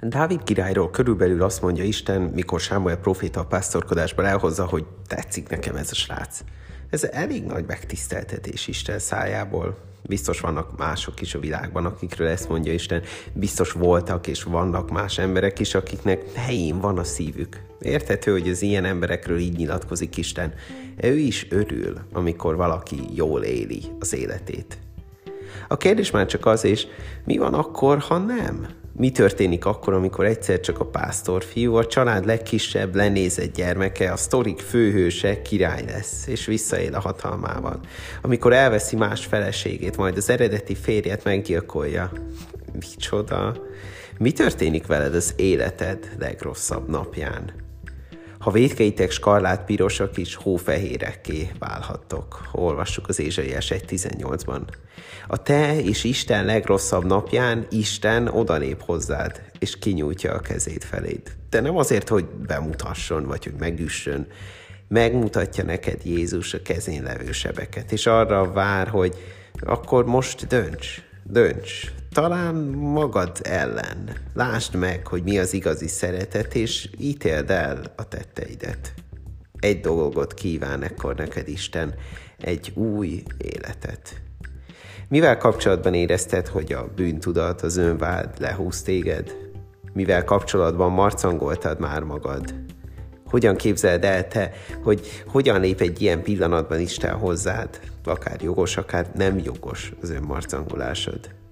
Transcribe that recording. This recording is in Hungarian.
Dávid királyról körülbelül azt mondja Isten, mikor Sámuel próféta a pásztorkodásban elhozza, hogy tetszik nekem ez a srác. Ez elég nagy megtiszteltetés Isten szájából. Biztos vannak mások is a világban, akikről ezt mondja Isten. Biztos voltak és vannak más emberek is, akiknek helyén van a szívük. Érthető, hogy az ilyen emberekről így nyilatkozik Isten. Ő is örül, amikor valaki jól éli az életét. A kérdés már csak az is, mi van akkor, ha nem? Mi történik akkor, amikor egyszer csak a pásztorfiú, a család legkisebb, lenézett gyermeke, a sztorik főhőse király lesz, és visszaél a hatalmával? Amikor elveszi más feleségét, majd az eredeti férjet meggyilkolja? Micsoda? Mi történik veled az életed legrosszabb napján? Ha vétkeitek skarlátpirosak is, hófehérekké válhattok. Olvassuk az Ézsaiás 1.18-ban. A te és Isten legrosszabb napján Isten odanép hozzád, és kinyújtja a kezét feléd. De nem azért, hogy bemutasson, vagy hogy megüssön. Megmutatja neked Jézus a kezén levő sebeket, és arra vár, hogy akkor most dönts. Talán magad ellen. Lásd meg, hogy mi az igazi szeretet, és ítéld el a tetteidet. Egy dolgot kíván ekkor neked Isten, egy új életet. Mivel kapcsolatban érezted, hogy a bűntudat, az önvád lehúz téged? Mivel kapcsolatban marcangoltad már magad? Hogyan képzeld el te, hogy hogyan lép egy ilyen pillanatban Isten hozzád? Akár jogos, akár nem jogos az önmarcangolásod.